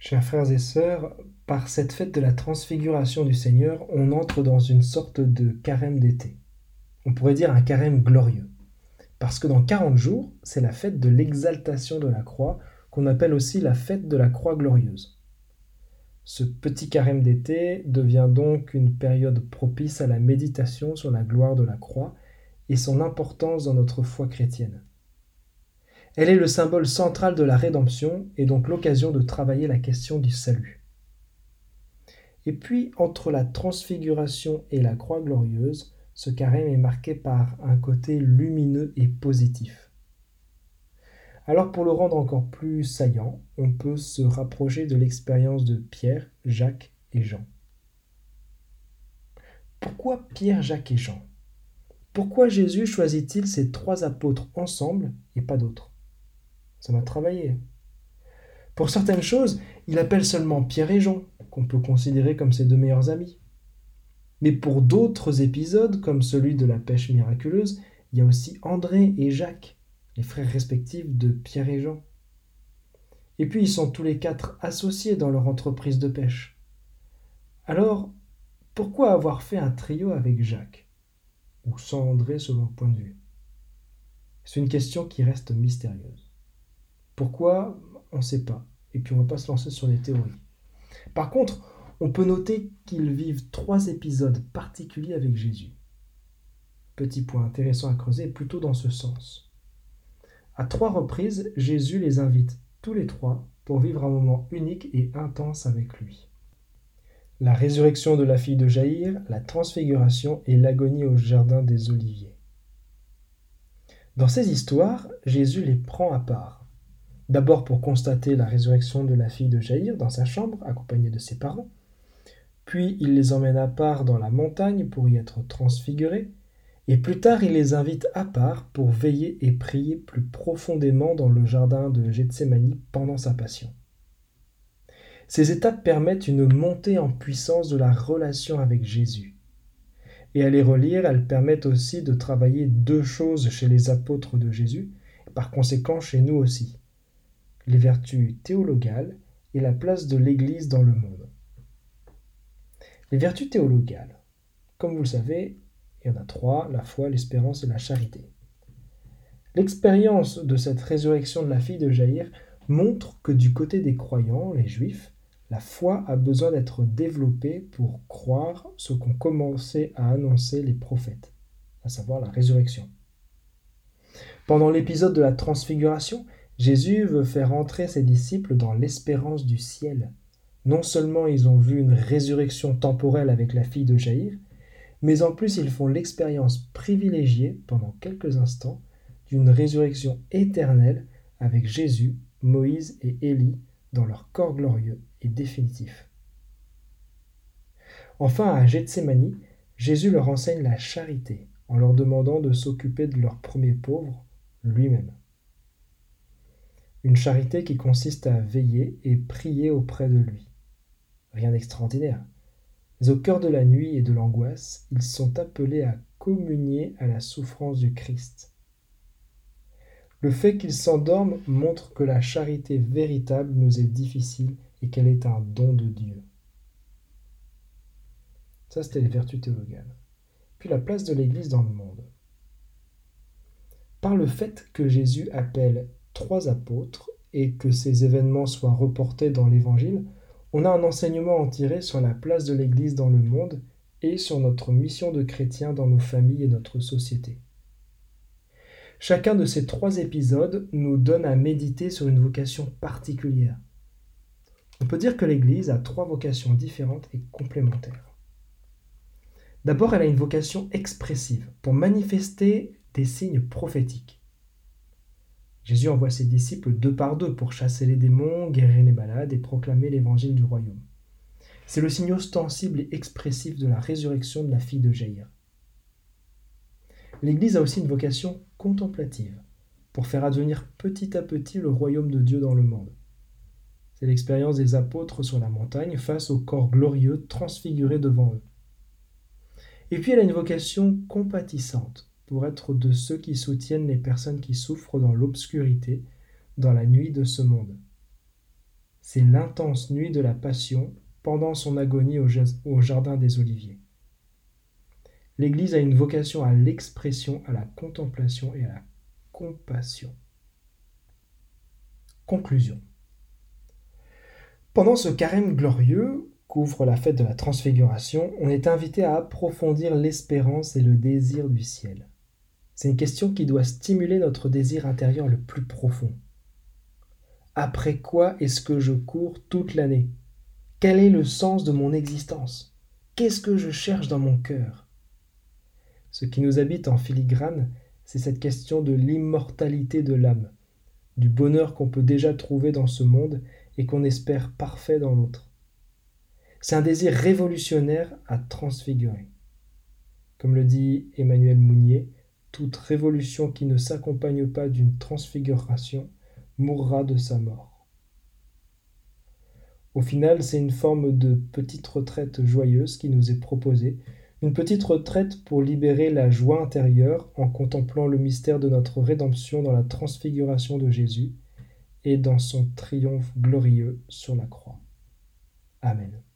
Chers frères et sœurs, par cette fête de la transfiguration du Seigneur, on entre dans une sorte de carême d'été. On pourrait dire un carême glorieux. Parce que dans 40 jours, c'est la fête de l'exaltation de la croix, qu'on appelle aussi la fête de la croix glorieuse. Ce petit carême d'été devient donc une période propice à la méditation sur la gloire de la croix et son importance dans notre foi chrétienne. Elle est le symbole central de la rédemption et donc l'occasion de travailler la question du salut. Et puis, entre la transfiguration et la croix glorieuse, ce carême est marqué par un côté lumineux et positif. Alors pour le rendre encore plus saillant, on peut se rapprocher de l'expérience de Pierre, Jacques et Jean. Pourquoi Pierre, Jacques et Jean ? Pourquoi Jésus choisit-il ces trois apôtres ensemble et pas d'autres ? Ça m'a travaillé. Pour certaines choses, il appelle seulement Pierre et Jean, qu'on peut considérer comme ses deux meilleurs amis. Mais pour d'autres épisodes, comme celui de la pêche miraculeuse, il y a aussi André et Jacques, les frères respectifs de Pierre et Jean. Et puis ils sont tous les quatre associés dans leur entreprise de pêche. Alors, pourquoi avoir fait un trio avec Jacques ? Ou sans André selon le point de vue ? C'est une question qui reste mystérieuse. Pourquoi ? On ne sait pas. Et puis on ne va pas se lancer sur les théories. Par contre, on peut noter qu'ils vivent 3 épisodes particuliers avec Jésus. Petit point intéressant à creuser plutôt dans ce sens. À 3 reprises, Jésus les invite tous les 3 pour vivre un moment unique et intense avec lui. La résurrection de la fille de Jaïr, la transfiguration et l'agonie au jardin des Oliviers. Dans ces histoires, Jésus les prend à part. D'abord pour constater la résurrection de la fille de Jaïr dans sa chambre, accompagnée de ses parents. Puis il les emmène à part dans la montagne pour y être transfigurés. Et plus tard, il les invite à part pour veiller et prier plus profondément dans le jardin de Gethsémani pendant sa passion. Ces étapes permettent une montée en puissance de la relation avec Jésus. Et à les relire, elles permettent aussi de travailler 2 choses chez les apôtres de Jésus, et par conséquent chez nous aussi. Les vertus théologales et la place de l'Église dans le monde. Les vertus théologales. Comme vous le savez, il y en a 3, la foi, l'espérance et la charité. L'expérience de cette résurrection de la fille de Jaïr montre que du côté des croyants, les juifs, la foi a besoin d'être développée pour croire ce qu'ont commencé à annoncer les prophètes, à savoir la résurrection. Pendant l'épisode de la transfiguration, Jésus veut faire entrer ses disciples dans l'espérance du ciel. Non seulement ils ont vu une résurrection temporelle avec la fille de Jaïr, mais en plus ils font l'expérience privilégiée pendant quelques instants d'une résurrection éternelle avec Jésus, Moïse et Élie dans leur corps glorieux et définitif. Enfin, à Gethsémani, Jésus leur enseigne la charité en leur demandant de s'occuper de leur premier pauvre, lui-même. Une charité qui consiste à veiller et prier auprès de lui. Rien d'extraordinaire. Mais au cœur de la nuit et de l'angoisse, ils sont appelés à communier à la souffrance du Christ. Le fait qu'ils s'endorment montre que la charité véritable nous est difficile et qu'elle est un don de Dieu. Ça, c'était les vertus théologales. Puis la place de l'Église dans le monde. Par le fait que Jésus appelle 3 apôtres et que ces événements soient reportés dans l'Évangile, on a un enseignement à en tirer sur la place de l'Église dans le monde et sur notre mission de chrétien dans nos familles et notre société. Chacun de ces 3 épisodes nous donne à méditer sur une vocation particulière. On peut dire que l'Église a 3 vocations différentes et complémentaires. D'abord, elle a une vocation expressive, pour manifester des signes prophétiques. Jésus envoie ses disciples 2 par 2 pour chasser les démons, guérir les malades et proclamer l'évangile du royaume. C'est le signe ostensible et expressif de la résurrection de la fille de Jaïr. L'Église a aussi une vocation contemplative, pour faire advenir petit à petit le royaume de Dieu dans le monde. C'est l'expérience des apôtres sur la montagne face au corps glorieux transfiguré devant eux. Et puis elle a une vocation compatissante, pour être de ceux qui soutiennent les personnes qui souffrent dans l'obscurité, dans la nuit de ce monde. c'est l'intense nuit de la Passion pendant son agonie au Jardin des Oliviers. L'Église a une vocation à l'expression, à la contemplation et à la compassion. Conclusion. Pendant ce carême glorieux qu'ouvre la fête de la Transfiguration, on est invité à approfondir l'espérance et le désir du ciel. C'est une question qui doit stimuler notre désir intérieur le plus profond. Après quoi est-ce que je cours toute l'année ? Quel est le sens de mon existence ? Qu'est-ce que je cherche dans mon cœur ? Ce qui nous habite en filigrane, c'est cette question de l'immortalité de l'âme, du bonheur qu'on peut déjà trouver dans ce monde et qu'on espère parfait dans l'autre. C'est un désir révolutionnaire à transfigurer. Comme le dit Emmanuel Mounier, toute révolution qui ne s'accompagne pas d'une transfiguration mourra de sa mort. Au final, c'est une forme de petite retraite joyeuse qui nous est proposée, une petite retraite pour libérer la joie intérieure en contemplant le mystère de notre rédemption dans la transfiguration de Jésus et dans son triomphe glorieux sur la croix. Amen.